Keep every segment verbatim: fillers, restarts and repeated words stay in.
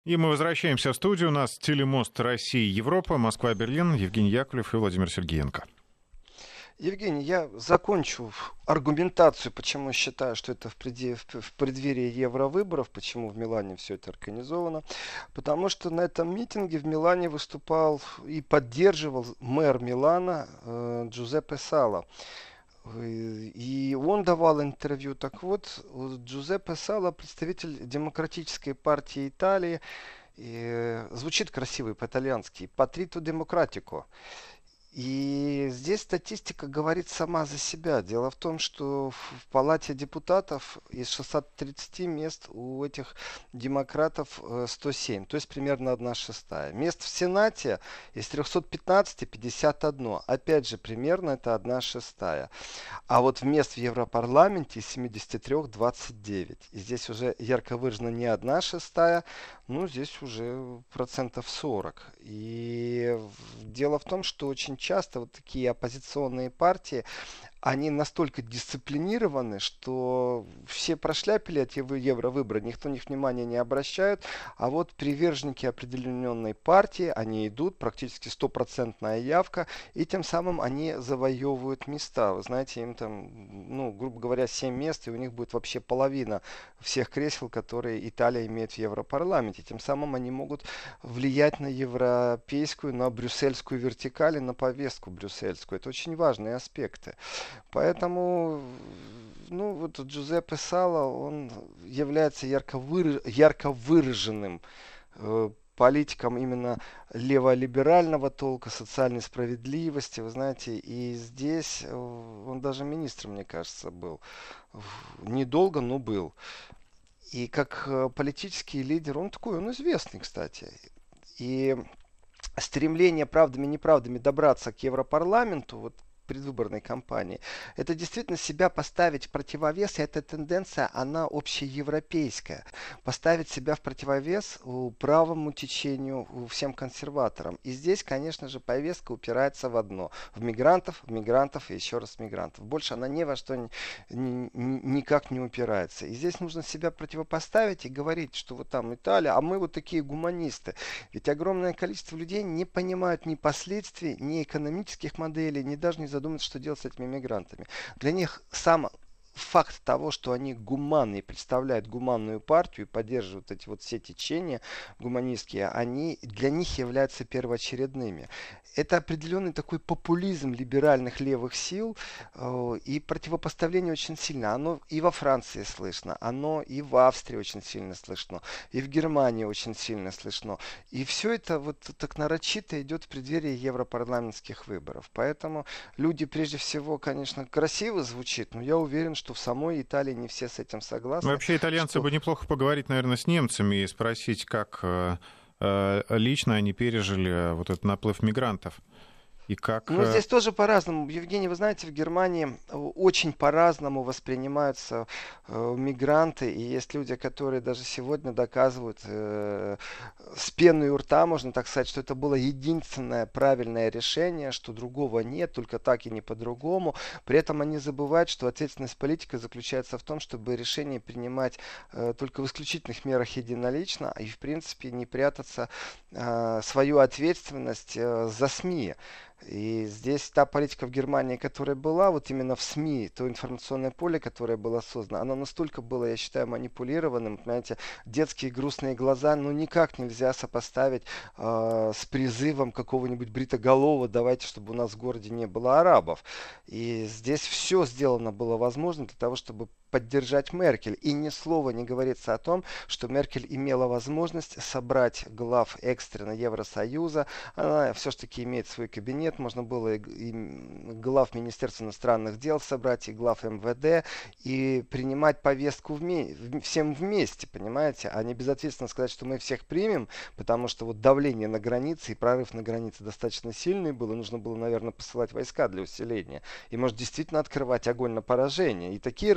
И мы возвращаемся в студию. У нас телемост Россия-Европа, Москва-Берлин, Евгений Яковлев и Владимир Сергеенко. Евгений, я закончу аргументацию, почему считаю, что это в, преде- в- в преддверии евровыборов, почему в Милане все это организовано. Потому что на этом митинге в Милане выступал и поддерживал мэр Милана э, Джузеппе Сала. И и он давал интервью. Так вот, у Джузеппе Сала, представитель Демократической партии Италии, и, э, звучит красиво по-итальянски, «Патрито демократико». И здесь статистика говорит сама за себя. Дело в том, что в Палате депутатов из шестисот тридцати мест у этих демократов э, сто семь, то есть примерно одна шестая. Мест в Сенате из трехсот пятнадцати пятьдесят один. Опять же, примерно это одна шестая. А вот мест в Европарламенте из семидесяти трёх двадцать девять. И здесь уже ярко выражена не одна шестая, ну, здесь уже процентов сорок. И дело в том, что очень часто вот такие оппозиционные партии, они настолько дисциплинированы, что все прошляпили эти вы- евровыборы, никто на них внимания не обращает, а вот приверженники определенной партии, они идут, практически стопроцентная явка, и тем самым они завоевывают места. Вы знаете, им там, ну, грубо говоря, семь мест, и у них будет вообще половина всех кресел, которые Италия имеет в Европарламенте. Тем самым они могут влиять на европейскую, на брюссельскую вертикаль и на повестку брюссельскую. Это очень важные аспекты. Поэтому, ну, вот Джузеппе Сало, он является ярко, выраж- ярко выраженным э, политиком именно леволиберального толка, социальной справедливости, вы знаете, и здесь э, он даже министром, мне кажется, был. В- Недолго, но был. И как э, политический лидер, он такой, он известный, кстати. И стремление правдами и неправдами добраться к Европарламенту, вот предвыборной кампании, это действительно себя поставить в противовес, и эта тенденция, она общеевропейская. Поставить себя в противовес у правому течению, у всем консерваторам. И здесь, конечно же, повестка упирается в одно. В мигрантов, в мигрантов и еще раз в мигрантов. Больше она ни во что ни- ни- ни- никак не упирается. И здесь нужно себя противопоставить и говорить, что вот там Италия, а мы вот такие гуманисты. Ведь огромное количество людей не понимают ни последствий, ни экономических моделей, ни даже не задумываются, что делать с этими мигрантами. Для них сам факт того, что они гуманные, представляют гуманную партию и поддерживают эти вот все течения гуманистские, они для них являются первоочередными. Это определенный такой популизм либеральных левых сил, э, и противопоставление очень сильно. Оно и во Франции слышно, оно и в Австрии очень сильно слышно, и в Германии очень сильно слышно. И все это вот так нарочито идет в преддверии европарламентских выборов. Поэтому люди, прежде всего, конечно, красиво звучит, но я уверен, что в самой Италии не все с этим согласны, Вообще, итальянцы что бы неплохо поговорить, наверное, с немцами и спросить, как э, э, лично они пережили вот этот наплыв мигрантов. И как... ну, э, здесь тоже по-разному. Евгений, вы знаете, в Германии э, очень по-разному воспринимаются э, мигранты. И есть люди, которые даже сегодня доказывают э, с пеной у рта, можно так сказать, что это было единственное правильное решение, что другого нет, только так и не по-другому. При этом они забывают, что ответственность политика заключается в том, чтобы решения принимать э, только в исключительных мерах единолично, и в принципе не прятаться э, свою ответственность э, за СМИ. И здесь та политика в Германии, которая была, вот именно в СМИ, то информационное поле, которое было создано, оно настолько было, я считаю, манипулированным, понимаете, детские грустные глаза, ну никак нельзя сопоставить э, с призывом какого-нибудь бритоголового, давайте, чтобы у нас в городе не было арабов. И здесь все сделано было возможно для того, чтобы поддержать Меркель. И ни слова не говорится о том, что Меркель имела возможность собрать глав экстренно Евросоюза. Она все-таки имеет свой кабинет. Можно было и, и глав Министерства иностранных дел собрать, и глав эм вэ дэ, и принимать повестку вме- в- всем вместе, понимаете? А не безответственно сказать, что мы всех примем, потому что вот давление на границе и прорыв на границе достаточно сильный был, и нужно было, наверное, посылать войска для усиления. И, может, действительно открывать огонь на поражение. И такие разговоры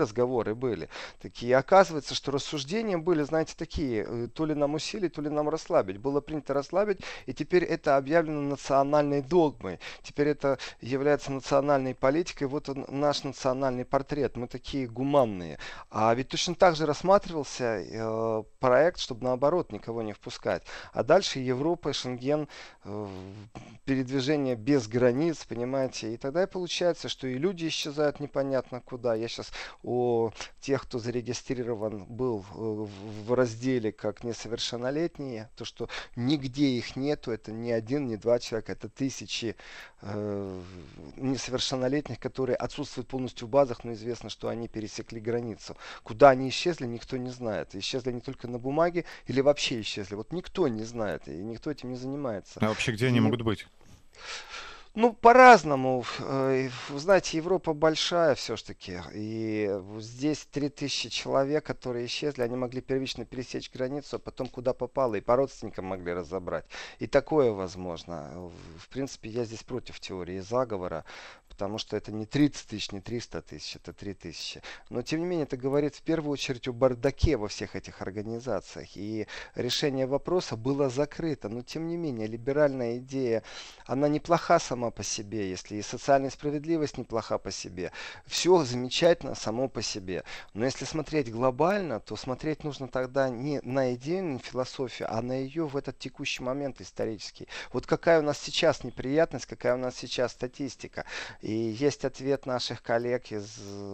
переговоры были. Такие, оказывается, что рассуждения были, знаете, такие, э, то ли нам усилить, то ли нам расслабить. Было принято расслабить, и теперь это объявлено национальной догмой. Теперь это является национальной политикой. Вот он, наш национальный портрет. Мы такие гуманные. А ведь точно так же рассматривался э, проект, чтобы наоборот никого не впускать. А дальше Европа, Шенген, э, передвижение без границ, понимаете. И тогда и получается, что и люди исчезают непонятно куда. Я сейчас о тех, кто зарегистрирован был э, в разделе как несовершеннолетние, то, что нигде их нету, это не один, не два человека, это тысячи э, несовершеннолетних, которые отсутствуют полностью в базах, но известно, что они пересекли границу. Куда они исчезли, никто не знает. Исчезли они только на бумаге или вообще исчезли. Вот никто не знает, и никто этим не занимается. А вообще где И... они могут быть? Ну, по-разному. Э, Вы знаете, Европа большая все-таки. И здесь три тысячи человек, которые исчезли, они могли первично пересечь границу, а потом куда попало, и по родственникам могли разобрать. И такое возможно. В принципе, я здесь против теории заговора, потому что это не тридцать тысяч, не триста тысяч, это три тысячи. Но, тем не менее, это говорит в первую очередь о бардаке во всех этих организациях. И решение вопроса было закрыто. Но, тем не менее, либеральная идея, она неплоха сама по себе, если и социальная справедливость неплоха по себе. Все замечательно само по себе. Но если смотреть глобально, то смотреть нужно тогда не на идею, не философию, а на ее в этот текущий момент исторический. Вот какая у нас сейчас неприятность, какая у нас сейчас статистика. И есть ответ наших коллег из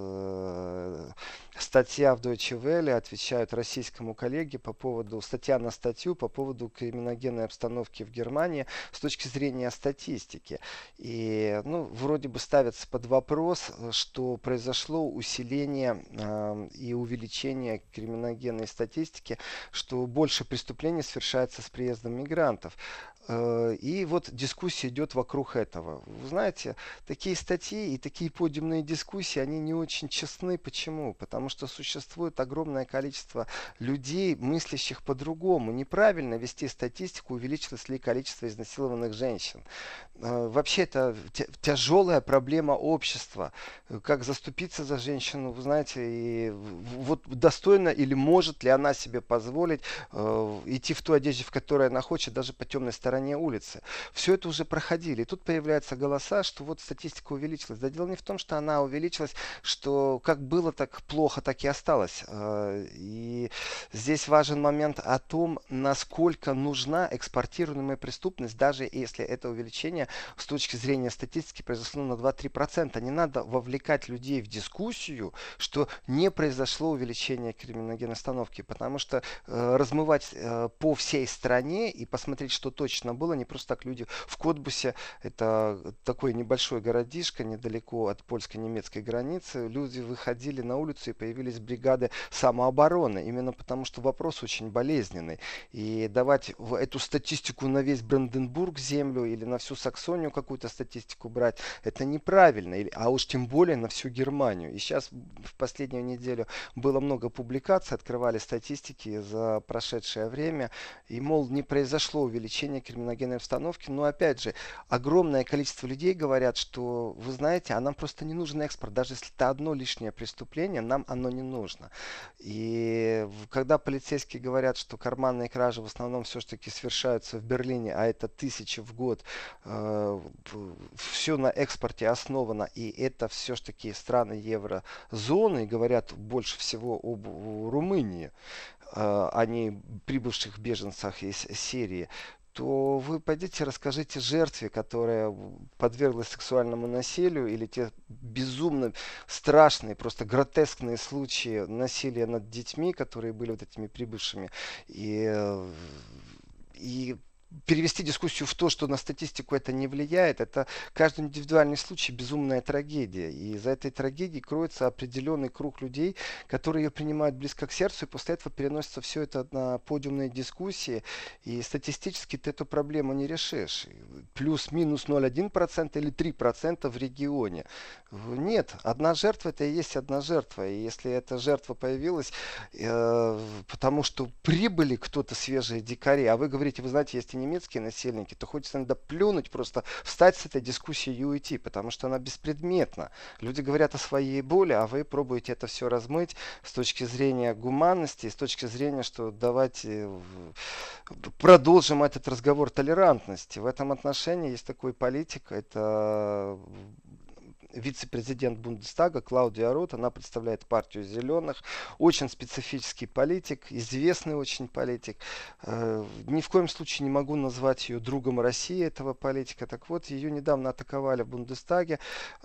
э, статья в Deutsche Welle, отвечают российскому коллеге по поводу, статья на статью по поводу криминогенной обстановки в Германии с точки зрения статистики. И, ну, вроде бы ставится под вопрос, что произошло усиление э, и увеличение криминогенной статистики, что больше преступлений совершается с приездом мигрантов. И вот дискуссия идет вокруг этого. Вы знаете, такие статьи и такие подиумные дискуссии, они не очень честны. Почему? Потому что существует огромное количество людей, мыслящих по-другому. Неправильно вести статистику, увеличилось ли количество изнасилованных женщин. Вообще это тяжелая проблема общества. Как заступиться за женщину, вы знаете, и вот достойно или может ли она себе позволить э, идти в ту одежде, в которой она хочет, даже по темной стороне улицы. Все это уже проходили. И тут появляются голоса, что вот статистика увеличилась. Да дело не в том, что она увеличилась, что как было так плохо, так и осталось. И здесь важен момент о том, насколько нужна экспортируемая преступность, даже если это увеличение с точки зрения статистики произошло на два-три процента. Не надо вовлекать людей в дискуссию, что не произошло увеличение криминогенной остановки, потому что э, размывать э, по всей стране и посмотреть, что точно было, не просто так люди в Котбусе, это такой небольшой городишко недалеко от польско-немецкой границы, люди выходили на улицу и появились бригады самообороны, именно потому что вопрос очень болезненный. И давать в эту статистику на весь Бранденбург землю или на всю Саксонию какую-то статистику брать, это неправильно, а уж тем более на всю Германию. И сейчас в последнюю неделю было много публикаций, открывали статистики за прошедшее время, и, мол, не произошло увеличение криминогенной обстановки, но, опять же, огромное количество людей говорят, что, вы знаете, а нам просто не нужен экспорт, даже если это одно лишнее преступление, нам оно не нужно. И когда полицейские говорят, что карманные кражи в основном все-таки совершаются в Берлине, а это тысячи в год, э, все на экспорте основано, и это все-таки страны еврозоны, и говорят больше всего об Румынии, э, а не прибывших беженцах из Сирии, то вы пойдите расскажите жертве, которая подверглась сексуальному насилию, или те безумно страшные, просто гротескные случаи насилия над детьми, которые были вот этими прибывшими. И, и перевести дискуссию в то, что на статистику это не влияет, это каждый индивидуальный случай безумная трагедия. И за этой трагедией кроется определенный круг людей, которые ее принимают близко к сердцу, и после этого переносится все это на подиумные дискуссии. И статистически ты эту проблему не решишь. Плюс-минус ноль целых одна десятая процента или три процента в регионе. Нет, одна жертва это и есть одна жертва. И если эта жертва появилась, э, потому что прибыли кто-то свежие дикари, а вы говорите, вы знаете, есть и немецкие немецкие насельники, то хочется иногда плюнуть, просто встать с этой дискуссии и уйти, потому что она беспредметна. Люди говорят о своей боли, а вы пробуете это все размыть с точки зрения гуманности, с точки зрения, что давайте продолжим этот разговор толерантности. В этом отношении есть такой политик, это вице-президент Бундестага Клаудия Рот, она представляет партию зеленых, очень специфический политик, известный очень политик. Э, ни в коем случае не могу назвать ее другом России, этого политика. Так вот, ее недавно атаковали в Бундестаге.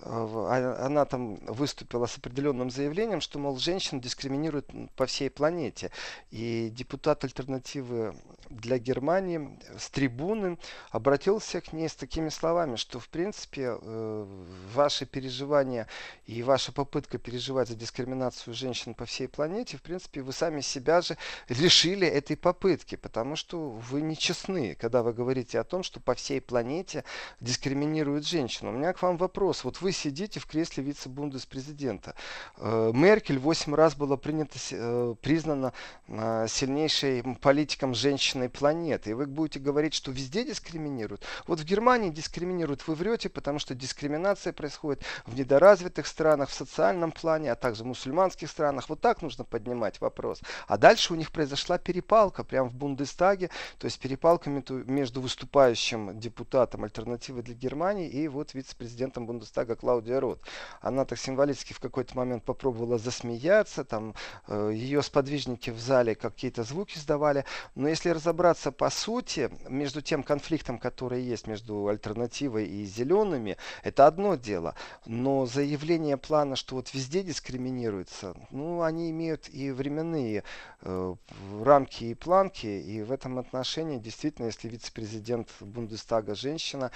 Э, она там выступила с определенным заявлением, что, мол, женщин дискриминируют по всей планете. И депутат альтернативы для Германии с трибуны обратился к ней с такими словами, что, в принципе, э, ваши переживания и ваша попытка переживать за дискриминацию женщин по всей планете, в принципе, вы сами себя же лишили этой попытки, потому что вы нечестны, когда вы говорите о том, что по всей планете дискриминируют женщин. У меня к вам вопрос. Вот вы сидите в кресле вице-бундеспрезидента. Меркель восемь раз была принята, признана сильнейшей политиком женщиной планеты. И вы будете говорить, что везде дискриминируют. Вот в Германии дискриминируют. Вы врете, потому что дискриминация происходит в недоразвитых странах, в социальном плане, а также в мусульманских странах. Вот так нужно поднимать вопрос. А дальше у них произошла перепалка прямо в Бундестаге, то есть перепалка между выступающим депутатом альтернативы для Германии и вот вице-президентом Бундестага Клаудия Рот. Она так символически в какой-то момент попробовала засмеяться, там э, ее сподвижники в зале какие-то звуки сдавали, но если разобраться по сути, между тем конфликтом, который есть между альтернативой и зелеными, это одно дело. Но заявление плана, что вот везде дискриминируется, ну, они имеют и временные э, рамки и планки, и в этом отношении действительно, если вице-президент Бундестага женщина,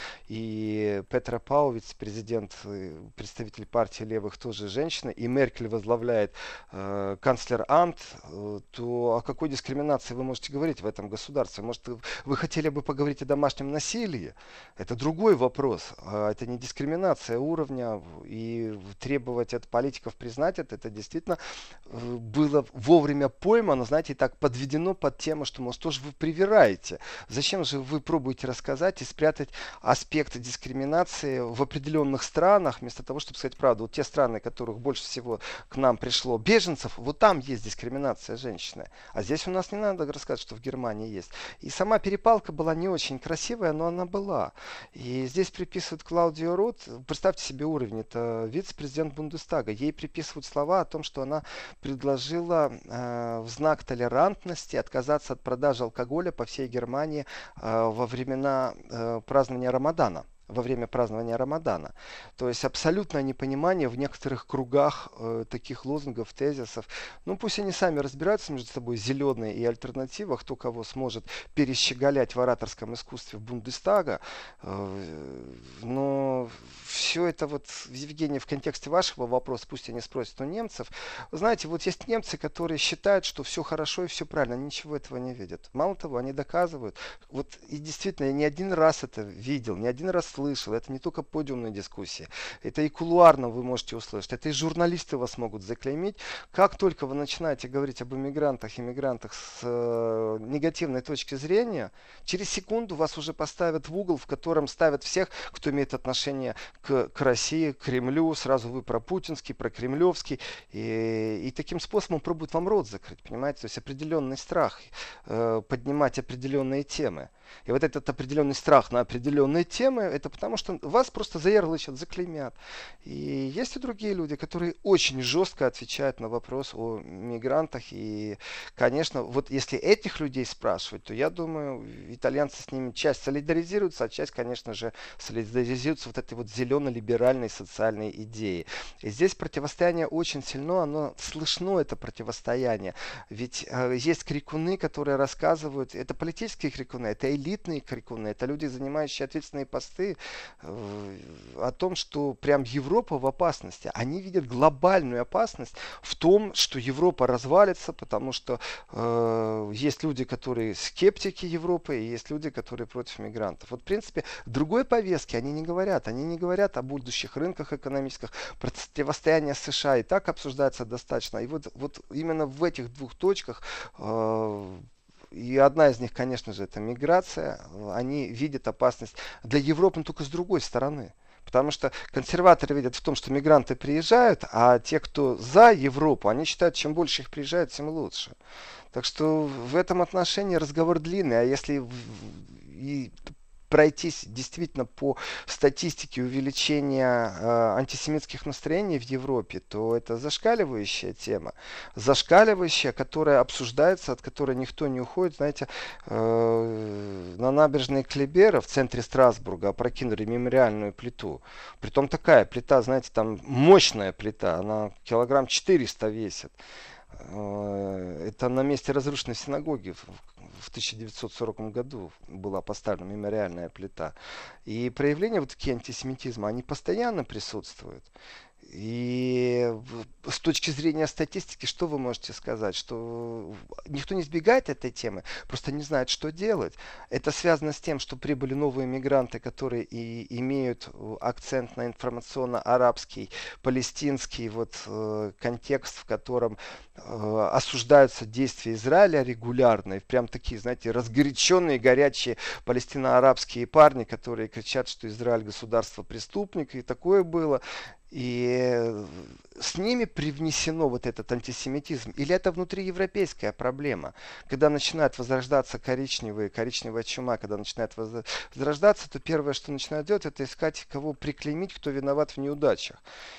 и Петра Пау, вице-президент, представитель партии левых, тоже женщина, и Меркель возглавляет э, канцлер-амт, э, то о какой дискриминации вы можете говорить в этом государстве? Может, вы хотели бы поговорить о домашнем насилии? Это другой вопрос. Это не дискриминация уровня, и требовать от политиков признать это, это действительно было вовремя поймано, знаете, и так подведено под тему, что, мол, что же вы привираете? Зачем же вы пробуете рассказать и спрятать аспекты дискриминации в определенных странах, вместо того, чтобы сказать правду? Вот те страны, которых больше всего к нам пришло беженцев, вот там есть дискриминация женщины. А здесь у нас не надо рассказывать, что в Германии есть. И сама перепалка была не очень красивая, но она была. И здесь приписывают Клаудию Рот. Представьте себе уровень. Это вице-президент Бундестага. Ей приписывают слова о том, что она предложила э, в знак толерантности отказаться от продажи алкоголя по всей Германии э, во времена э, празднования Рамадана. во время празднования Рамадана. То есть абсолютное непонимание в некоторых кругах э, таких лозунгов, тезисов. Ну пусть они сами разбираются между собой, зеленые и альтернатива, кто кого сможет перещеголять в ораторском искусстве в Бундестага. Э, но все это вот, Евгений, в контексте вашего вопроса, пусть они спросят у немцев. Вы знаете, вот есть немцы, которые считают, что все хорошо и все правильно, они ничего этого не видят. Мало того, они доказывают. Вот и действительно, я не один раз это видел, не один раз слышал. Это не только подиумные дискуссии. Это и кулуарно вы можете услышать. Это и журналисты вас могут заклеймить. Как только вы начинаете говорить об иммигрантах, иммигрантах с э, негативной точки зрения, через секунду вас уже поставят в угол, в котором ставят всех, кто имеет отношение к, к России, к Кремлю. Сразу вы про путинский, про кремлевский. И, и таким способом пробуют вам рот закрыть. Понимаете? То есть определенный страх э, поднимать определенные темы. И вот этот определенный страх на определенные темы, это потому что вас просто заярлычат, заклеймят. И есть и другие люди, которые очень жестко отвечают на вопрос о мигрантах. И, конечно, вот если этих людей спрашивать, то я думаю, итальянцы с ними часть солидаризируются, а часть, конечно же, солидаризируются вот этой вот зелено-либеральной социальной идеей. И здесь противостояние очень сильно, оно слышно, это противостояние. Ведь э, есть крикуны, которые рассказывают, это политические крикуны, это элитные крикуны, это люди, занимающие ответственные посты, э, о том, что прям Европа в опасности. Они видят глобальную опасность в том, что Европа развалится, потому что э, есть люди, которые скептики Европы, и есть люди, которые против мигрантов. Вот, в принципе, другой повестки они не говорят. Они не говорят о будущих рынках экономических. Противостояние с США и так обсуждается достаточно. И вот, вот именно в этих двух точках э, и одна из них, конечно же, это миграция. Они видят опасность для Европы, но только с другой стороны. Потому что консерваторы видят в том, что мигранты приезжают, а те, кто за Европу, они считают, чем больше их приезжает, тем лучше. Так что в этом отношении разговор длинный. А если и пройтись действительно по статистике увеличения э, антисемитских настроений в Европе, то это зашкаливающая тема. Зашкаливающая, которая обсуждается, от которой никто не уходит. Знаете, э, на набережной Клебера в центре Страсбурга опрокинули мемориальную плиту. Притом такая плита, знаете, там мощная плита, она килограмм четыреста весит. Это на месте разрушенной синагоги в тысяча девятьсот сороком году была поставлена мемориальная плита. И проявления вот такие антисемитизма, они постоянно присутствуют. И с точки зрения статистики, что вы можете сказать? Что никто не избегает этой темы, просто не знает, что делать. Это связано с тем, что прибыли новые мигранты, которые и имеют акцент на информационно-арабский, палестинский вот, э, контекст, в котором э, осуждаются действия Израиля регулярно. И прям такие, знаете, разгоряченные, горячие палестино-арабские парни, которые кричат, что Израиль государство преступник, и такое было. И с ними привнесено вот этот антисемитизм. Или это внутриевропейская проблема? Когда начинает возрождаться коричневые, коричневая чума, когда начинает возрождаться, то первое, что начинают делать, это искать, кого приклеймить, кто виноват в неудачах.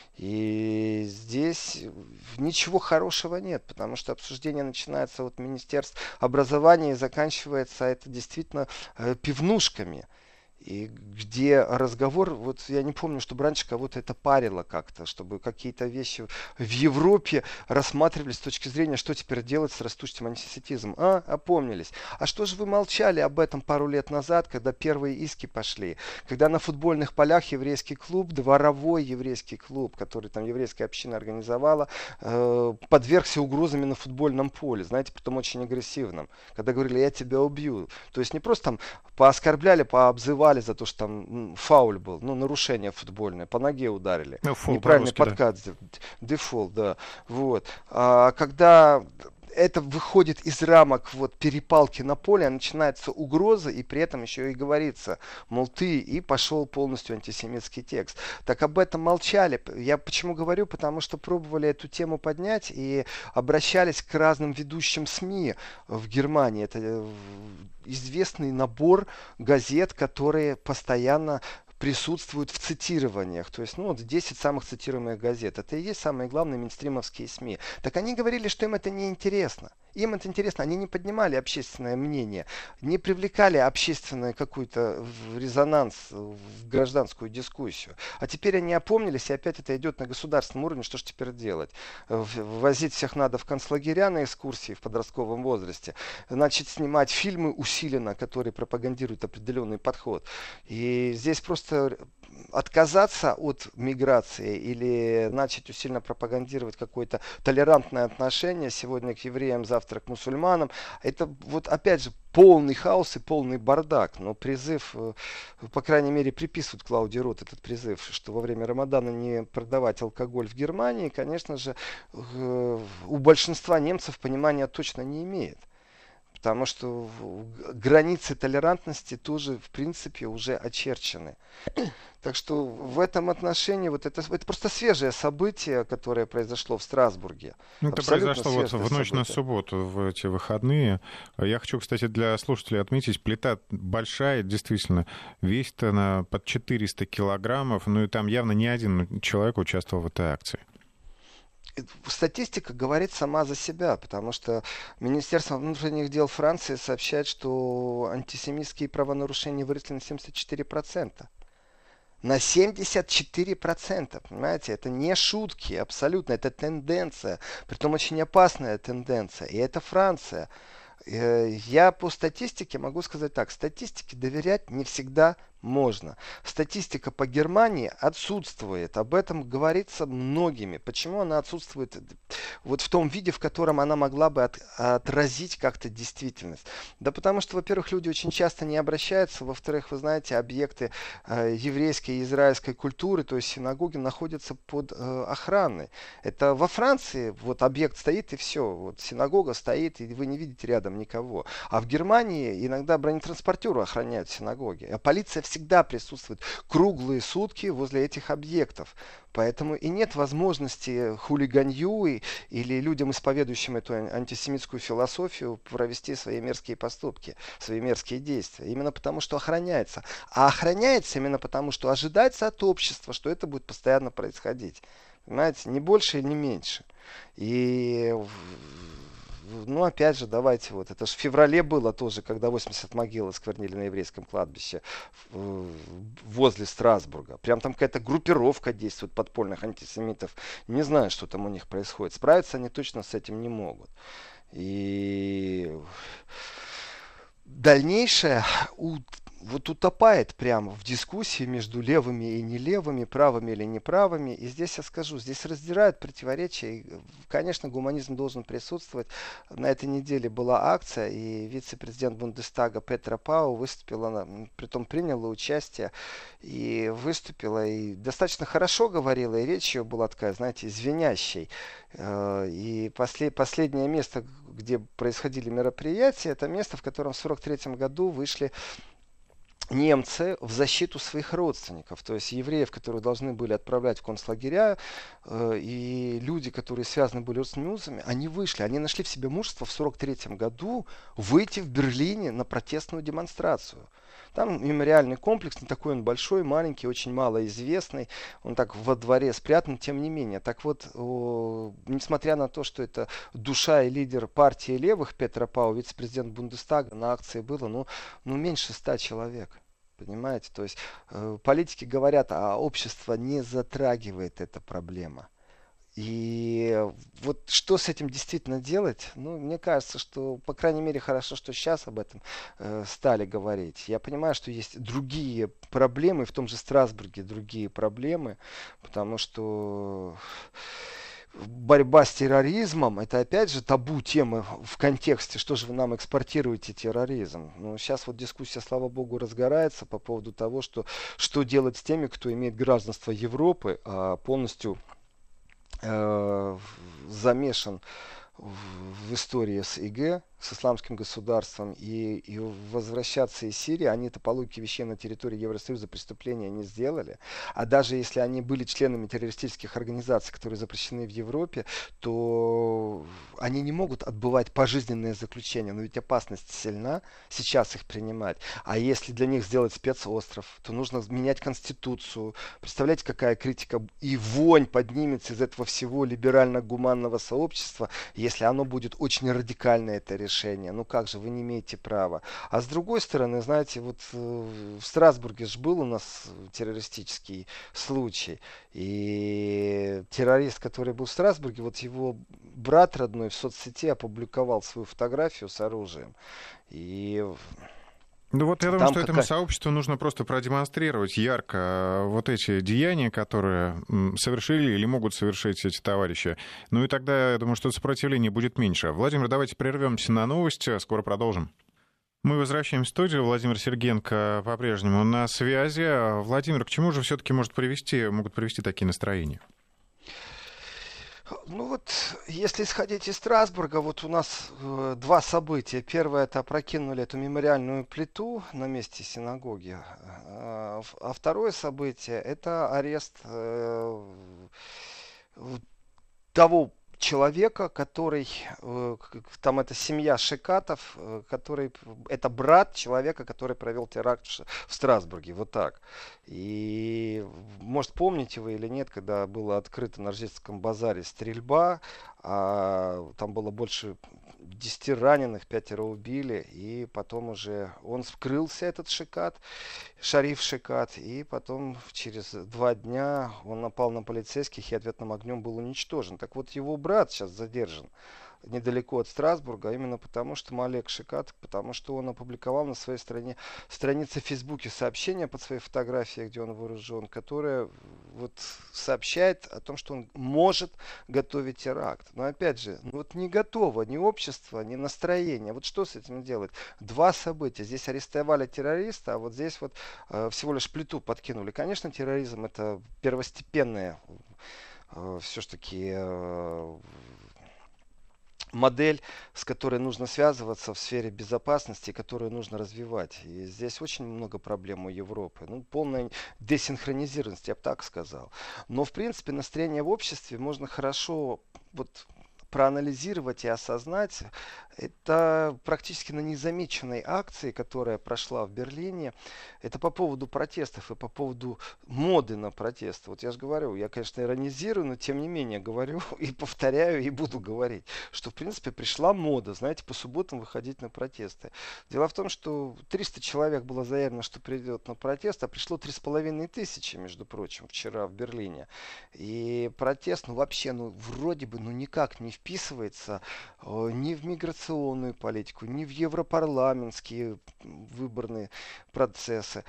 И здесь ничего хорошего нет, потому что обсуждение начинается от Министерств образования и заканчивается это действительно э, пивнушками. И где разговор, вот я не помню, чтобы раньше кого-то это парило как-то, чтобы какие-то вещи в Европе рассматривались с точки зрения, что теперь делать с растущим антисемитизмом. А, опомнились. А что же вы молчали об этом пару лет назад, когда первые иски пошли? Когда на футбольных полях еврейский клуб, дворовой еврейский клуб, который там еврейская община организовала, э, подвергся угрозами на футбольном поле, знаете, притом очень агрессивным. Когда говорили, я тебя убью. То есть не просто там пооскорбляли, пообзывали за то, что там фауль был, ну, нарушение футбольное, по ноге ударили. Ну, фол, неправильный подкат, да. Дефолт, да. Вот. А когда это выходит из рамок вот, перепалки на поле, начинается угроза, и при этом еще и говорится, мол, ты, и пошел полностью антисемитский текст. Так об этом молчали. Я почему говорю? Потому что пробовали эту тему поднять и обращались к разным ведущим СМИ в Германии. Это известный набор газет, которые постоянно присутствуют в цитированиях. То есть, ну, вот десять самых цитируемых газет. Это и есть самые главные мейнстримовские СМИ. Так они говорили, что им это не интересно. Им это интересно. Они не поднимали общественное мнение, не привлекали общественный какой-то резонанс в гражданскую дискуссию. А теперь они опомнились, и опять это идет на государственном уровне. Что же теперь делать? Возить всех надо в концлагеря на экскурсии в подростковом возрасте. Значит, снимать фильмы усиленно, которые пропагандируют определенный подход. И здесь просто отказаться от миграции или начать усиленно пропагандировать какое-то толерантное отношение сегодня к евреям, завтра к мусульманам, это вот опять же полный хаос и полный бардак. Но призыв, по крайней мере, приписывают Клауди Рот этот призыв, что во время Рамадана не продавать алкоголь в Германии, конечно же, у большинства немцев понимания точно не имеет. Потому что границы толерантности тоже, в принципе, уже очерчены. Так что в этом отношении вот это, это просто свежее событие, которое произошло в Страсбурге. Это Абсолютно произошло вот в ночь событие. на субботу, в эти выходные. Я хочу, кстати, для слушателей отметить, плита большая, действительно, весит она под четыреста килограммов, ну и там явно не один человек участвовал в этой акции. Статистика говорит сама за себя, потому что Министерство внутренних дел Франции сообщает, что антисемитские правонарушения выросли на семьдесят четыре процента. На семьдесят четыре процента, понимаете, это не шутки, абсолютно, это тенденция, притом очень опасная тенденция, и это Франция. Я по статистике могу сказать так, статистике доверять не всегда Можно. Статистика по Германии отсутствует. Об этом говорится многими. Почему она отсутствует вот в том виде, в котором она могла бы от- отразить как-то действительность? Да потому что, во-первых, люди очень часто не обращаются. Во-вторых, вы знаете, объекты э, еврейской и израильской культуры, то есть синагоги, находятся под э, охраной. Это во Франции вот объект стоит и все. Вот синагога стоит, и вы не видите рядом никого. А в Германии иногда бронетранспортеры охраняют синагоги. А полиция всегда присутствует круглые сутки возле этих объектов. Поэтому и нет возможности хулиганью и, или людям, исповедующим эту антисемитскую философию, провести свои мерзкие поступки, свои мерзкие действия. Именно потому, что охраняется. А охраняется именно потому, что ожидается от общества, что это будет постоянно происходить. Понимаете, не больше и не меньше. И ну, опять же, давайте вот, это же в феврале было тоже, когда восемьдесят могил осквернили на еврейском кладбище э, возле Страсбурга. Прям там какая-то группировка действует подпольных антисемитов. Не знаю, что там у них происходит. Справиться они точно с этим не могут. И дальнейшее у- вот утопает прямо в дискуссии между левыми и нелевыми, правыми или неправыми. И здесь я скажу, здесь раздирают противоречия. И, конечно, гуманизм должен присутствовать. На этой неделе была акция, и вице-президент Бундестага Петра Пау выступила, на- притом приняла участие и выступила, и достаточно хорошо говорила, и речь ее была такая, знаете, звенящей. Э, И после- последнее место, где происходили мероприятия, это место, в котором в сорок третьем году вышли немцы в защиту своих родственников, то есть евреев, которые должны были отправлять в концлагеря, э, и люди, которые связаны были с узами, они вышли, они нашли в себе мужество в сорок третьем году выйти в Берлине на протестную демонстрацию. Там мемориальный комплекс, не такой он большой, маленький, очень малоизвестный, он так во дворе спрятан, тем не менее. Так вот, о, несмотря на то, что это душа и лидер партии левых Петра Пау, вице-президент Бундестага, на акции было, ну, ну меньше ста человек. Понимаете? То есть э, политики говорят, а общество не затрагивает эта проблема. И вот что с этим действительно делать? Ну, мне кажется, что, по крайней мере, хорошо, что сейчас об этом э, стали говорить. Я понимаю, что есть другие проблемы, в том же Страсбурге другие проблемы, потому что борьба с терроризмом, это опять же табу темы в контексте, что же вы нам экспортируете терроризм. Ну, сейчас вот дискуссия, слава богу, разгорается по поводу того, что, что делать с теми, кто имеет гражданство Европы, а полностью э, замешан в, в истории с ИГ, с исламским государством, и, и возвращаться из Сирии, они-то по логике вещей на территории Евросоюза преступления не сделали. А даже если они были членами террористических организаций, которые запрещены в Европе, то они не могут отбывать пожизненное заключение. Но ведь опасность сильна сейчас их принимать. А если для них сделать спецостров, то нужно менять конституцию. Представляете, какая критика и вонь поднимется из этого всего либерально-гуманного сообщества, если оно будет очень радикальное, это решение. Ну как же, вы не имеете права. А с другой стороны, знаете, вот э, в Страсбурге же был у нас террористический случай. И террорист, который был в Страсбурге, вот его брат родной в соцсети опубликовал свою фотографию с оружием. И Ну вот я думаю, там что этому какая... сообществу нужно просто продемонстрировать ярко э, вот эти деяния, которые м, совершили или могут совершить эти товарищи. Ну и тогда, я думаю, что сопротивление будет меньше. Владимир, давайте прервемся на новости, скоро продолжим. Мы возвращаемся в студию. Владимир Сергенко по-прежнему на связи. Владимир, к чему же все-таки может привести, могут привести такие настроения? Ну вот, если исходить из Страсбурга, вот у нас э, два события. Первое, это опрокинули эту мемориальную плиту на месте синагоги. А, в- а второе событие, это арест э, в- того человека, который, э, к- к- там это семья Шикатов, э, который, это брат человека, который провел теракт в Ш- в Страсбурге, вот так. И, может, помните вы или нет, когда было открыто на Рождественском базаре стрельба, а там было больше десяти раненых, пятеро убили, и потом уже он скрылся, этот Шикат, Шариф Шикат, и потом через два дня он напал на полицейских и ответным огнем был уничтожен. Так вот, его брат сейчас задержан недалеко от Страсбурга, а именно потому, что Малек Шикат, потому что он опубликовал на своей стране, странице в Фейсбуке сообщение под своей фотографией, где он вооружен, которое вот сообщает о том, что он может готовить теракт. Но опять же, ну вот не готово ни общество, ни настроение. Вот что с этим делать? Два события. Здесь арестовали террориста, а вот здесь вот э, всего лишь плиту подкинули. Конечно, терроризм это первостепенное э, все-таки э, модель, с которой нужно связываться в сфере безопасности, которую нужно развивать. И здесь очень много проблем у Европы. Ну, полная десинхронизированность, я бы так сказал. Но, в принципе, настроение в обществе можно хорошо вот проанализировать и осознать. Это практически на незамеченной акции, которая прошла в Берлине. Это по поводу протестов и по поводу моды на протесты. Вот я же говорю, я, конечно, иронизирую, но тем не менее говорю и повторяю, и буду говорить, что, в принципе, пришла мода, знаете, по субботам выходить на протесты. Дело в том, что триста человек было заявлено, что придет на протест, а пришло три с половиной тысячи, между прочим, вчера в Берлине. И протест, ну, вообще, ну, вроде бы, ну, никак не вписывается э, ни в миграционную политику, ни в европарламентские выборные процессы.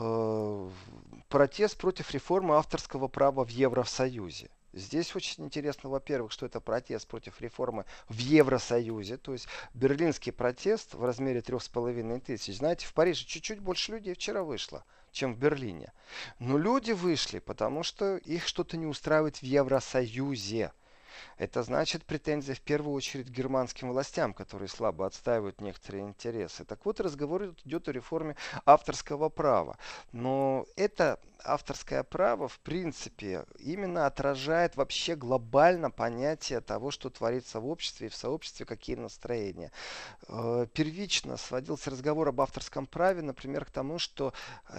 Э, протест против реформы авторского права в Евросоюзе. Здесь очень интересно, во-первых, что это протест против реформы в Евросоюзе, то есть берлинский протест в размере трех с половиной тысяч. Знаете, в Париже чуть-чуть больше людей вчера вышло, чем в Берлине. Но люди вышли, потому что их что-то не устраивает в Евросоюзе. Это значит претензия в первую очередь к германским властям, которые слабо отстаивают некоторые интересы. Так вот, разговор идет о реформе авторского права. Но это авторское право, в принципе, именно отражает вообще глобально понятие того, что творится в обществе и в сообществе, какие настроения. Первично сводился разговор об авторском праве, например, к тому, что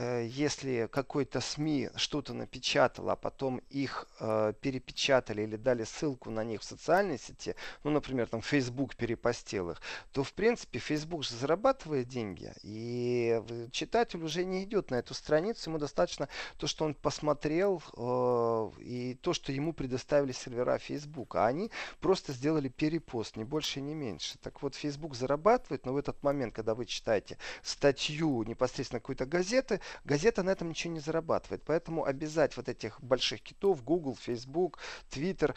если какой-то СМИ что-то напечатал, а потом их перепечатали или дали ссылку на них в социальной сети, ну, например, там Facebook перепостил их, то, в принципе, Facebook же зарабатывает деньги, и читатель уже не идет на эту страницу, ему достаточно то, что он посмотрел, э, и то, что ему предоставили сервера Facebook, а они просто сделали перепост, ни больше, ни меньше. Так вот, Facebook зарабатывает, но в этот момент, когда вы читаете статью непосредственно какой-то газеты, газета на этом ничего не зарабатывает, поэтому обязать вот этих больших китов, Google, Facebook, Twitter,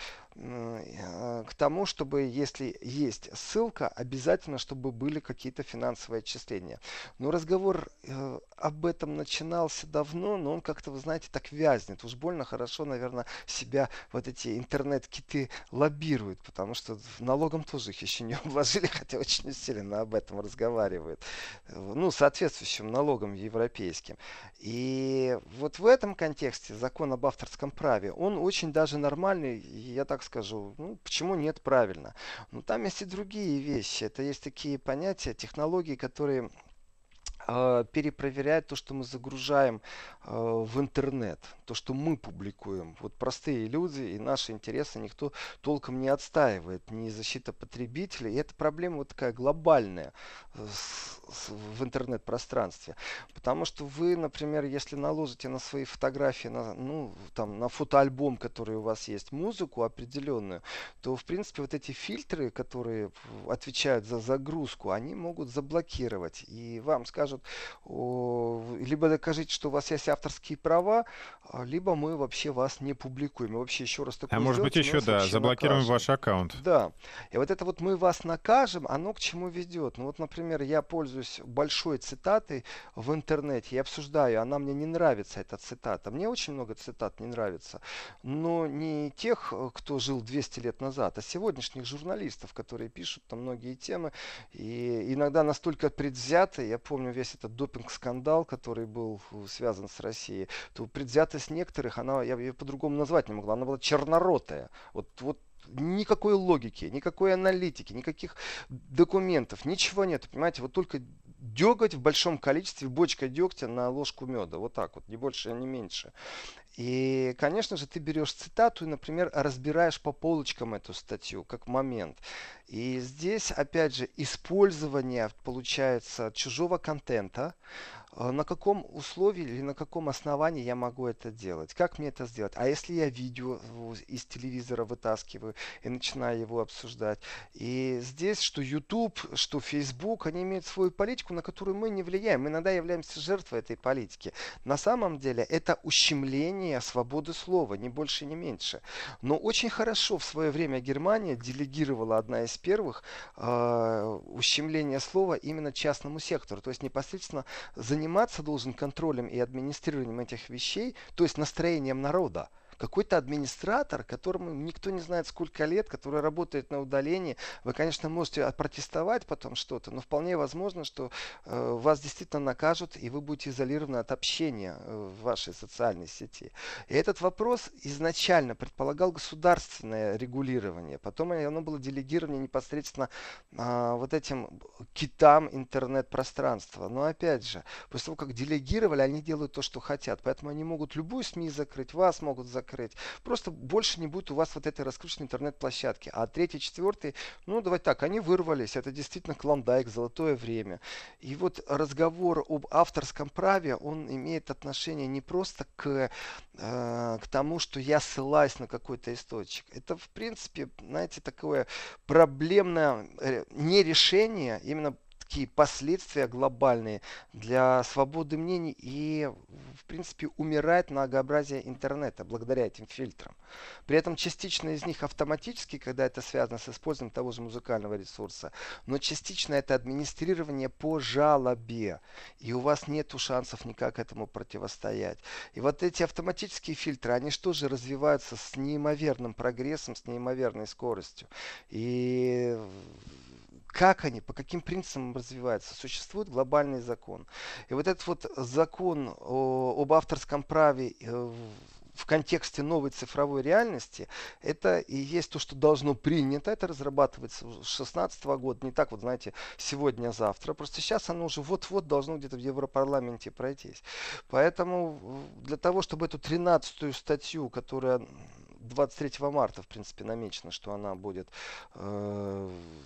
к тому, чтобы, если есть ссылка, обязательно, чтобы были какие-то финансовые отчисления. Но разговор э, об этом начинался давно, но он как-то, вы знаете, так вязнет. Уж больно хорошо, наверное, себя вот эти интернет-киты лоббируют, потому что налогом тоже их еще не обложили, хотя очень усиленно об этом разговаривают. Ну, соответствующим налогом европейским. И вот в этом контексте закон об авторском праве, он очень даже нормальный, я так скажу, ну, почему нет, правильно. Но там есть и другие вещи. Это есть такие понятия, технологии, которые э, перепроверяют то, что мы загружаем э, в интернет, то, что мы публикуем. Вот простые люди и наши интересы никто толком не отстаивает, не защита потребителей. И эта проблема вот такая глобальная э, с, с, в интернет-пространстве. Потому что вы, например, если наложите на свои фотографии, на, ну, там, на фотоальбом, который у вас есть, музыку определенную, то, в принципе, вот эти фильтры, которые отвечают за загрузку, они могут заблокировать. И вам скажут, о, либо докажите, что у вас есть авторские права, либо мы вообще вас не публикуем. И вообще еще раз такое А может быть сделайте, еще, да, заблокируем накажем. ваш аккаунт. Да. И вот это вот мы вас накажем, оно к чему ведет? Ну вот, например, я пользуюсь большой цитатой в интернете и обсуждаю, она мне не нравится, эта цитата. Мне очень много цитат не нравится. Но не тех, кто жил двести лет назад, а сегодняшних журналистов, которые пишут там многие темы. И иногда настолько предвзяты, я помню весь этот допинг-скандал, который был связан с Россией, то предвзятость некоторых, она, я ее по-другому назвать не могла, она была черноротая. Вот, вот никакой логики, никакой аналитики, никаких документов, ничего нет, понимаете, вот только деготь в большом количестве, бочка дегтя на ложку меда, вот так вот, ни больше, ни меньше. И, конечно же, ты берешь цитату и, например, разбираешь по полочкам эту статью, как момент. И здесь, опять же, использование, получается, чужого контента, а на каком условии или на каком основании я могу это делать? Как мне это сделать? А если я видео в- из телевизора вытаскиваю и начинаю его обсуждать? И здесь, что YouTube, что Facebook, они имеют свою политику, на которую мы не влияем. Мы иногда являемся жертвой этой политики. На самом деле это ущемление свободы слова, ни больше, ни меньше. Но очень хорошо в свое время Германия делегировала, одна из первых, э, ущемление слова именно частному сектору. То есть непосредственно заниматься должен контролем и администрированием этих вещей, то есть настроением народа. Какой-то администратор, которому никто не знает сколько лет, который работает на удалении, вы, конечно, можете опротестовать потом что-то, но вполне возможно, что э, вас действительно накажут, и вы будете изолированы от общения э, в вашей социальной сети. И этот вопрос изначально предполагал государственное регулирование, потом оно было делегировано непосредственно а, вот этим китам интернет-пространства. Но опять же, после того, как делегировали, они делают то, что хотят. Поэтому они могут любую СМИ закрыть, вас могут закрыть. Просто больше не будет у вас вот этой раскрученной интернет-площадки. А третий, четвертый, ну давайте так, они вырвались. Это действительно клондайк, золотое время. И вот разговор об авторском праве, он имеет отношение не просто к, э, к тому, что я ссылаюсь на какой-то источник. Это, в принципе, знаете, такое проблемное э, нерешение, именно такие последствия глобальные для свободы мнений и, в принципе, умирает многообразие интернета благодаря этим фильтрам. При этом частично из них автоматически, когда это связано с использованием того же музыкального ресурса, но частично это администрирование по жалобе, и у вас нет шансов никак этому противостоять. И вот эти автоматические фильтры, они что же развиваются с неимоверным прогрессом, с неимоверной скоростью. И как они, по каким принципам развиваются? Существует глобальный закон. И вот этот вот закон о- об авторском праве э, в контексте новой цифровой реальности, это и есть то, что должно принято. Это разрабатывается с две тысячи шестнадцатого года, не так вот, знаете, сегодня-завтра. Просто сейчас оно уже вот-вот должно где-то в Европарламенте пройтись. Поэтому э, для того, чтобы эту тринадцатую статью, которая двадцать третьего марта, в принципе, намечено, что она будет э,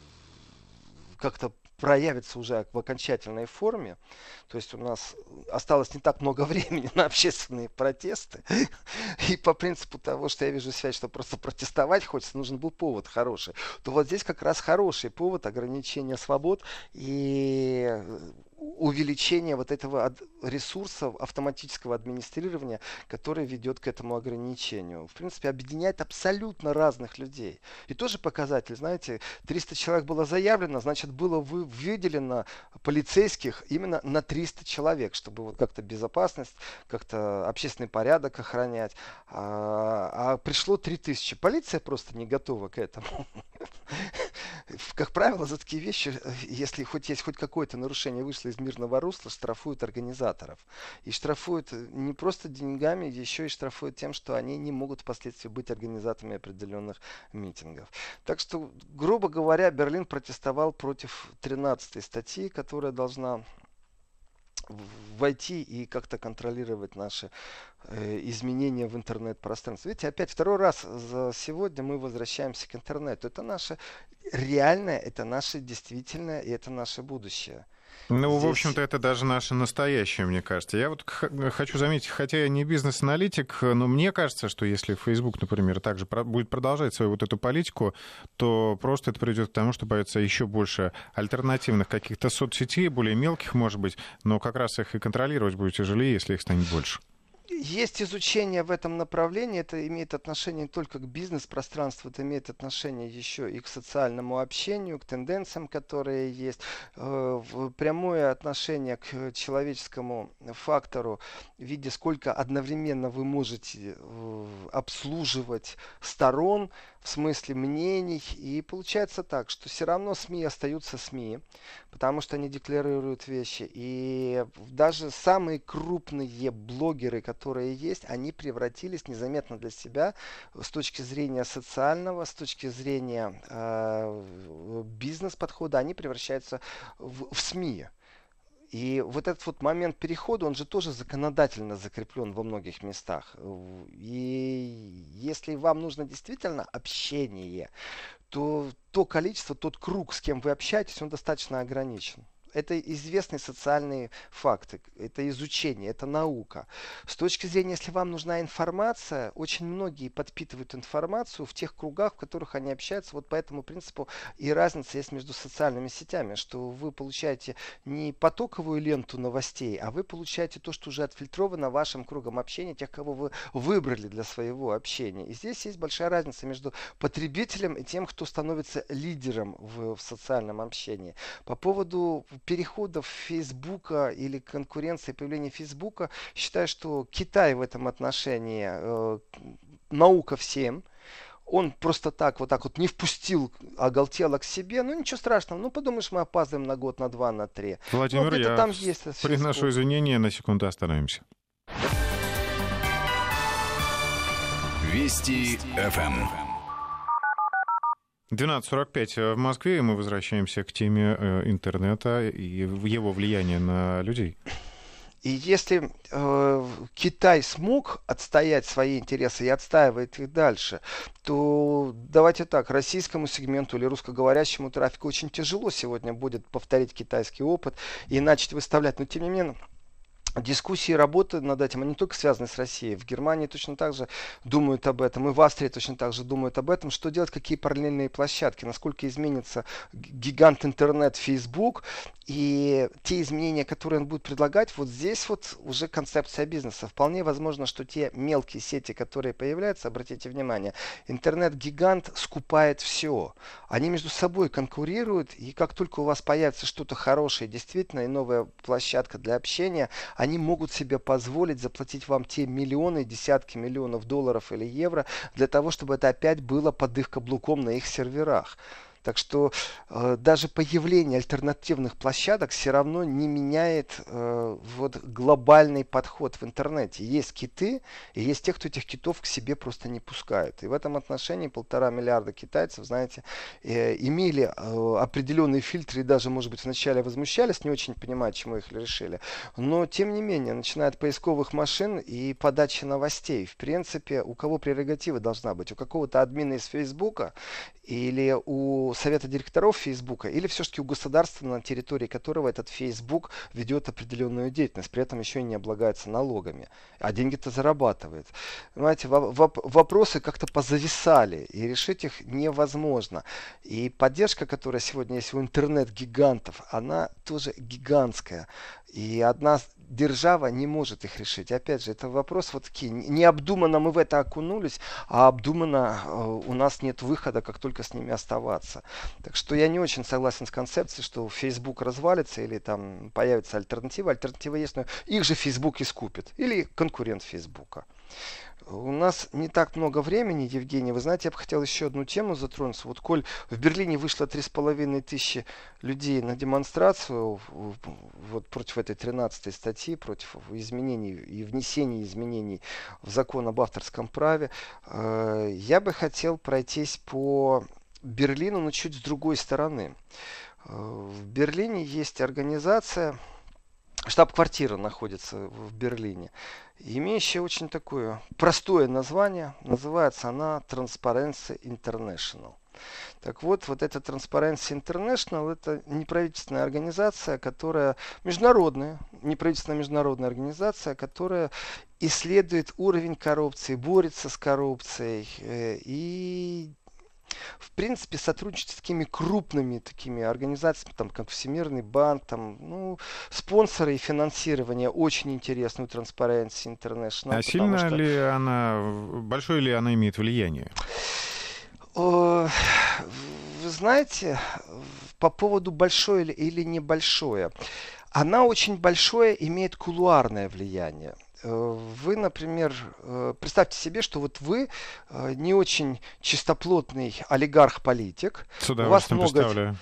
как-то проявится уже в окончательной форме. То есть у нас осталось не так много времени на общественные протесты. И по принципу того, что я вижу связь, что просто протестовать хочется, нужен был повод хороший. То вот здесь как раз хороший повод ограничения свобод и увеличение вот этого ресурса автоматического администрирования, который ведет к этому ограничению. В принципе, объединяет абсолютно разных людей. И тоже показатель, знаете, триста человек было заявлено, значит, было вы, выделено полицейских именно на триста человек, чтобы вот как-то безопасность, как-то общественный порядок охранять. А, а пришло три тысячи. Полиция просто не готова к этому. Как правило, за такие вещи, если хоть есть хоть какое-то нарушение вышло из мирного русла, штрафуют организаторов. И штрафуют не просто деньгами, еще и штрафуют тем, что они не могут впоследствии быть организаторами определенных митингов. Так что, грубо говоря, Берлин протестовал против тринадцатой статьи, которая должна войти и как-то контролировать наши э, изменения в интернет-пространстве. Видите, опять второй раз за сегодня мы возвращаемся к интернету. Это наше реальное, это наше действительное, и это наше будущее. Ну, в Здесь общем-то, это даже наше настоящее, мне кажется. Я вот х- хочу заметить, хотя я не бизнес-аналитик, но мне кажется, что если Facebook, например, также про- будет продолжать свою вот эту политику, то просто это приведет к тому, что появится еще больше альтернативных каких-то соцсетей, более мелких, может быть, но как раз их и контролировать будет тяжелее, если их станет больше. есть изучение в этом направлении, это имеет отношение не только к бизнес-пространству, это имеет отношение еще и к социальному общению, к тенденциям, которые есть, э, в прямое отношение к человеческому фактору в виде, сколько одновременно вы можете э, обслуживать сторон, в смысле мнений. И получается так, что все равно СМИ остаются СМИ, потому что они декларируют вещи. И даже самые крупные блогеры, которые есть, они превратились незаметно для себя с точки зрения социального, с точки зрения э, бизнес-подхода, они превращаются в, в СМИ. И вот этот вот момент перехода, он же тоже законодательно закреплен во многих местах. И если вам нужно действительно общение, то то количество, тот круг, с кем вы общаетесь, он достаточно ограничен. Это известные социальные факты, это изучение, это наука. С точки зрения, если вам нужна информация, очень многие подпитывают информацию в тех кругах, в которых они общаются. Вот по этому принципу и разница есть между социальными сетями, что вы получаете не потоковую ленту новостей, а вы получаете то, что уже отфильтровано вашим кругом общения, тех, кого вы выбрали для своего общения. И здесь есть большая разница между потребителем и тем, кто становится лидером в, в социальном общении. По поводу переходов Фейсбука или конкуренции, появления Фейсбука, считаю, что Китай в этом отношении э, наука всем. Он просто так, вот так вот не впустил оголтело к себе. Ну, ничего страшного. Ну, подумаешь, мы опаздываем на год, на два, на три. Владимир, ну, я там есть приношу извинения, на секунду остановимся. Вести эф эм. двенадцать сорок пять в Москве, и мы возвращаемся к теме интернета и его влияния на людей. И если э, Китай смог отстоять свои интересы и отстаивает их дальше, то давайте так, российскому сегменту или русскоговорящему трафику очень тяжело сегодня будет повторить китайский опыт и начать выставлять. Но тем не менее, дискуссии и работы над этим, они не только связаны с Россией. В Германии точно так же думают об этом, и в Австрии точно так же думают об этом. Что делать, какие параллельные площадки, насколько изменится гигант интернет Facebook, и те изменения, которые он будет предлагать, вот здесь вот уже концепция бизнеса. Вполне возможно, что те мелкие сети, которые появляются, обратите внимание, интернет-гигант скупает все. Они между собой конкурируют, и как только у вас появится что-то хорошее, действительно, и новая площадка для общения, они могут себе позволить заплатить вам те миллионы, десятки миллионов долларов или евро для того, чтобы это опять было под их каблуком на их серверах. Так что э, даже появление альтернативных площадок все равно не меняет э, вот глобальный подход в интернете. Есть киты, и есть те, кто этих китов к себе просто не пускает. И в этом отношении полтора миллиарда китайцев, знаете, э, имели э, определенные фильтры и даже, может быть, вначале возмущались, не очень понимая, чему их решили. Но, тем не менее, начиная от поисковых машин и подачи новостей, в принципе, у кого прерогатива должна быть? У какого-то админа из Фейсбука или у совета директоров Фейсбука, или все-таки у государства, на территории которого этот Фейсбук ведет определенную деятельность, при этом еще и не облагается налогами, а деньги-то зарабатывает. Понимаете, вопросы как-то позависали, и решить их невозможно. И поддержка, которая сегодня есть у интернет-гигантов, она тоже гигантская. И одна держава не может их решить. Опять же, это вопрос вот такие. Необдуманно мы в это окунулись, а обдуманно э, у нас нет выхода, как только с ними оставаться. Так что я не очень согласен с концепцией, что Facebook развалится или там появится альтернатива. Альтернатива есть, но их же Facebook искупит. Или конкурент Facebook. У нас не так много времени, Евгений. Вы знаете, я бы хотел еще одну тему затронуть. Вот коль в Берлине вышло три с половиной тысячи людей на демонстрацию вот против этой тринадцатой статьи, против изменений и внесения изменений в закон об авторском праве, я бы хотел пройтись по Берлину, но чуть с другой стороны. В Берлине есть организация, штаб-квартира находится в Берлине, имеющая очень такое простое название. Называется она Transparency International. Так вот, вот эта Transparency International — это неправительственная организация, которая международная, неправительственная международная организация, которая исследует уровень коррупции, борется с коррупцией и в принципе сотрудничать с такими крупными такими организациями, там, как Всемирный банк, там, ну, спонсоры и финансирование очень интересно у Transparency International. А сильно что... ли она, большое ли она имеет влияние? Вы знаете, по поводу большое или небольшое, она очень большое имеет кулуарное влияние. Вы, например, представьте себе, что вот вы не очень чистоплотный олигарх-политик. С удовольствием представляю.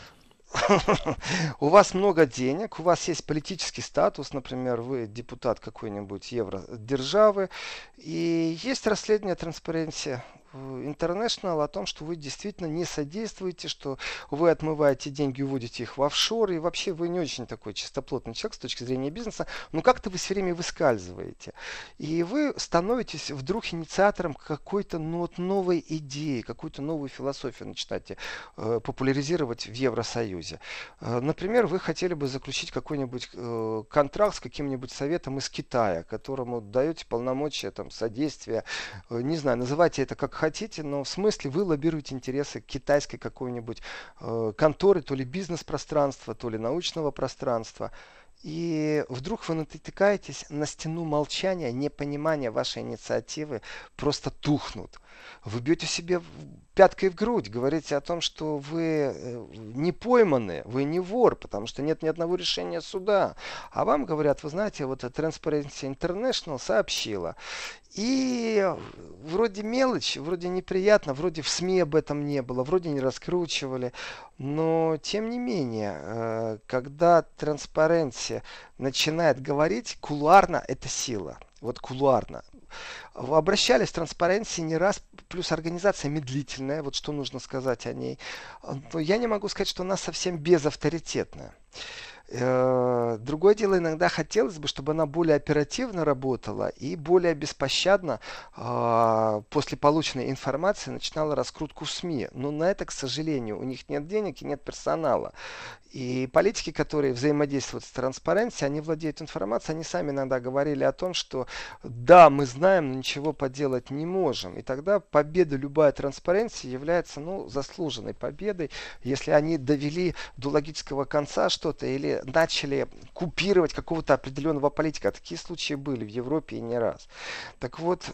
У вас много денег, у вас есть политический статус, например, вы депутат какой-нибудь евродержавы, и есть расследование Transparency International о том, что вы действительно не содействуете, что вы отмываете деньги, уводите их в офшор, и вообще вы не очень такой чистоплотный человек с точки зрения бизнеса, но как-то вы все время выскальзываете. И вы становитесь вдруг инициатором какой-то ну, вот новой идеи, какую-то новую философию начинаете э, популяризировать в Евросоюзе. Э, например, вы хотели бы заключить какой-нибудь э, контракт с каким-нибудь советом из Китая, которому даете полномочия там, содействия, э, не знаю, называйте это как хотите, но в смысле вы лоббируете интересы китайской какой-нибудь э, конторы, то ли бизнес-пространства, то ли научного пространства. И вдруг вы натыкаетесь на стену молчания, непонимания вашей инициативы просто тухнут. Вы бьете себе пяткой в грудь, говорите о том, что вы не пойманы, вы не вор, потому что нет ни одного решения суда. А вам говорят, вы знаете, вот Transparency International сообщила. И вроде мелочь, вроде неприятно, вроде в СМИ об этом не было, вроде не раскручивали. Но тем не менее, когда Transparency начинает говорить, кулуарно это сила. Вот кулуарно. Вы обращались в Transparency не раз, плюс организация медлительная, вот что нужно сказать о ней. Но я не могу сказать, что она совсем безавторитетная. Другое дело, иногда хотелось бы, чтобы она более оперативно работала и более беспощадно э, после полученной информации начинала раскрутку в СМИ. Но на это, к сожалению, у них нет денег и нет персонала. И политики, которые взаимодействуют с Transparency, они владеют информацией, они сами иногда говорили о том, что да, мы знаем, но ничего поделать не можем. И тогда победа любая Transparency является ну, заслуженной победой, если они довели до логического конца что-то или начали купировать какого-то определенного политика. Такие случаи были в Европе и не раз. Так вот...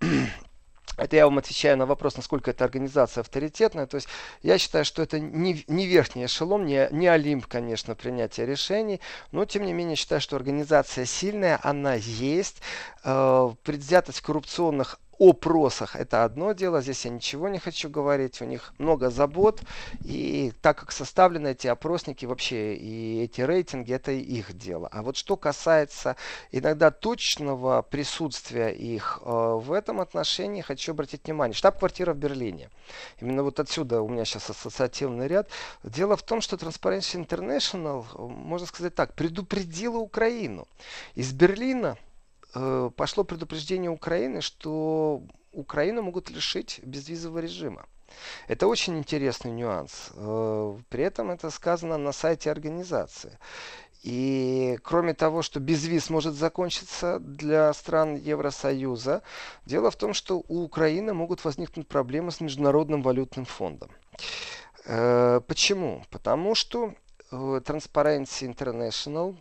Это я вам отвечаю на вопрос, насколько эта организация авторитетная. То есть я считаю, что это не, не верхний эшелон, не, не Олимп, конечно, принятия решений. Но, тем не менее, считаю, что организация сильная, она есть. Э, предвзятость в коррупционных опросах это одно дело, здесь я ничего не хочу говорить, у них много забот, и так как составлены эти опросники вообще и эти рейтинги, это их дело. А вот что касается иногда точного присутствия их э, в этом отношении, хочу обратить внимание. Штаб-квартира в Берлине. Именно вот отсюда у меня сейчас ассоциативный ряд. Дело в том, что Transparency International, можно сказать так, предупредила Украину. Из Берлина пошло предупреждение Украины, что Украину могут лишить безвизового режима. Это очень интересный нюанс. При этом это сказано на сайте организации. И кроме того, что безвиз может закончиться для стран Евросоюза, дело в том, что у Украины могут возникнуть проблемы с Международным валютным фондом. Почему? Потому что Transparency International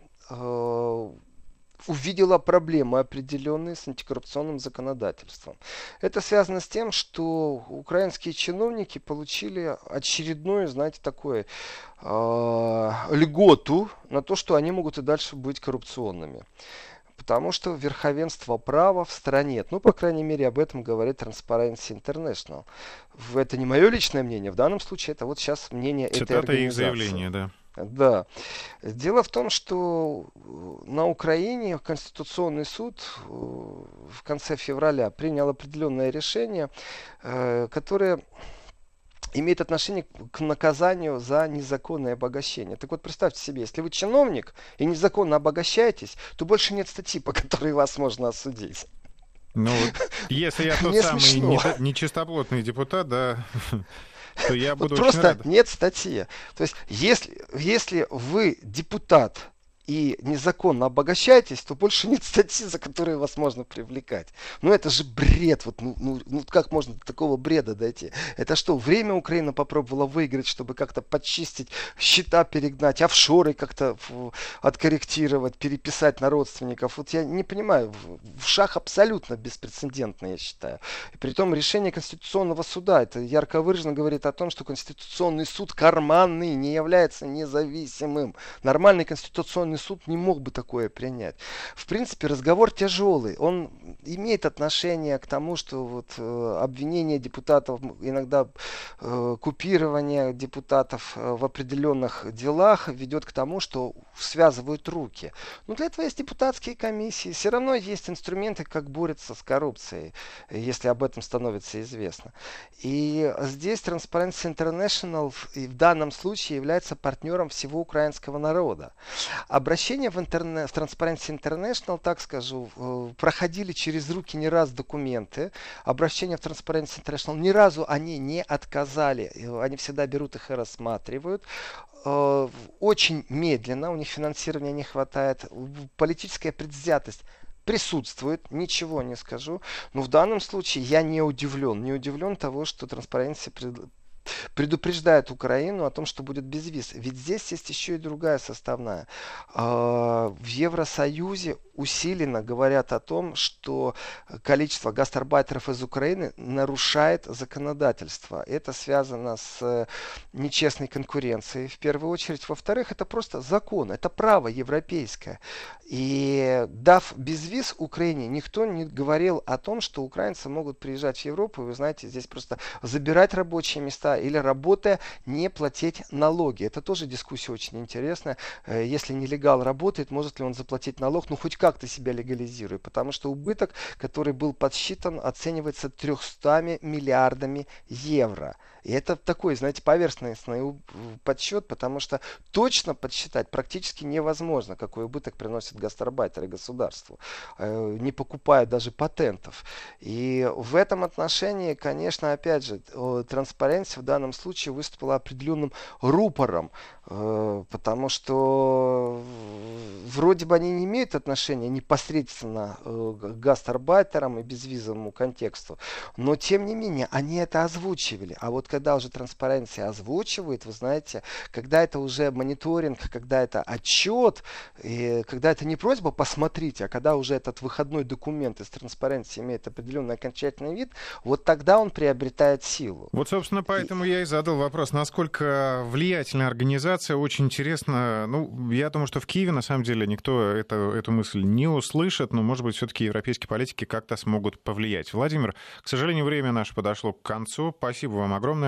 увидела проблемы определенные с антикоррупционным законодательством. Это связано с тем, что украинские чиновники получили очередную, знаете, такое э, льготу на то, что они могут и дальше быть коррупционными. Потому что верховенство права в стране, ну, по крайней мере, об этом говорит Transparency International. Это не мое личное мнение, в данном случае это вот сейчас мнение Цитата этой организации. их заявления, да. Да. Дело в том, что на Украине Конституционный суд в конце февраля принял определенное решение, которое имеет отношение к наказанию за незаконное обогащение. Так вот, представьте себе, если вы чиновник и незаконно обогащаетесь, то больше нет статьи, по которой вас можно осудить. Ну, вот, если я тот самый нечистоплотный депутат, да... То я буду вот просто рад. Нет статьи. То есть, если, если вы депутат и незаконно обогащаетесь, то больше нет статьи, за которые вас можно привлекать. Ну это же бред. Вот, ну, ну, ну как можно до такого бреда дойти? Это что, время Украина попробовала выиграть, чтобы как-то подчистить, счета перегнать, офшоры как-то откорректировать, переписать на родственников? Вот я не понимаю. В шаг абсолютно беспрецедентно, я считаю. И при том решение Конституционного суда, это ярко выраженно говорит о том, что Конституционный суд карманный, не является независимым. Нормальный Конституционный Конституционный суд не мог бы такое принять. В принципе, разговор тяжелый. Он имеет отношение к тому, что вот, э, обвинение депутатов, иногда э, купирование депутатов э, в определенных делах ведет к тому, что связывают руки. Но для этого есть депутатские комиссии. Все равно есть инструменты, как бороться с коррупцией, если об этом становится известно. И здесь Transparency International в, в данном случае является партнером всего украинского народа. Обращения в, интерне... в Transparency International, так скажу, проходили через руки не раз документы. Обращения в Transparency International ни разу они не отказали. Они всегда берут их и рассматривают. Очень медленно, у них финансирования не хватает. Политическая предвзятость присутствует, ничего не скажу. Но в данном случае я не удивлен. Не удивлен того, что Transparency пред... предупреждает Украину о том, что будет безвиз. Ведь здесь есть еще и другая составная. В Евросоюзе усиленно говорят о том, что количество гастарбайтеров из Украины нарушает законодательство. Это связано с нечестной конкуренцией, в первую очередь. Во-вторых, это просто закон, это право европейское. И дав безвиз Украине, никто не говорил о том, что украинцы могут приезжать в Европу, и вы знаете, здесь просто забирать рабочие места или, работая, не платить налоги. Это тоже дискуссия очень интересная. Если нелегал работает, может ли он заплатить налог? Ну, хоть как-то себя легализирует, потому что убыток, который был подсчитан, оценивается тремястами миллиардами евро. И это такой, знаете, поверхностный подсчет, потому что точно подсчитать практически невозможно, какой убыток приносят гастарбайтеры государству, не покупая даже патентов. И в этом отношении, конечно, опять же, Transparency в данном случае выступила определенным рупором, потому что вроде бы они не имеют отношения непосредственно к гастарбайтерам и безвизовому контексту, но тем не менее они это озвучивали. А вот когда уже Transparency озвучивает, вы знаете, когда это уже мониторинг, когда это отчет, и когда это не просьба посмотрите, а когда уже этот выходной документ из Transparency имеет определенный окончательный вид, вот тогда он приобретает силу. Вот, собственно, поэтому и... я и задал вопрос, насколько влиятельная организация. Очень интересно. Ну, я думаю, что в Киеве, на самом деле, никто это, эту мысль не услышит, но, может быть, все-таки европейские политики как-то смогут повлиять. Владимир, к сожалению, время наше подошло к концу. Спасибо вам огромное.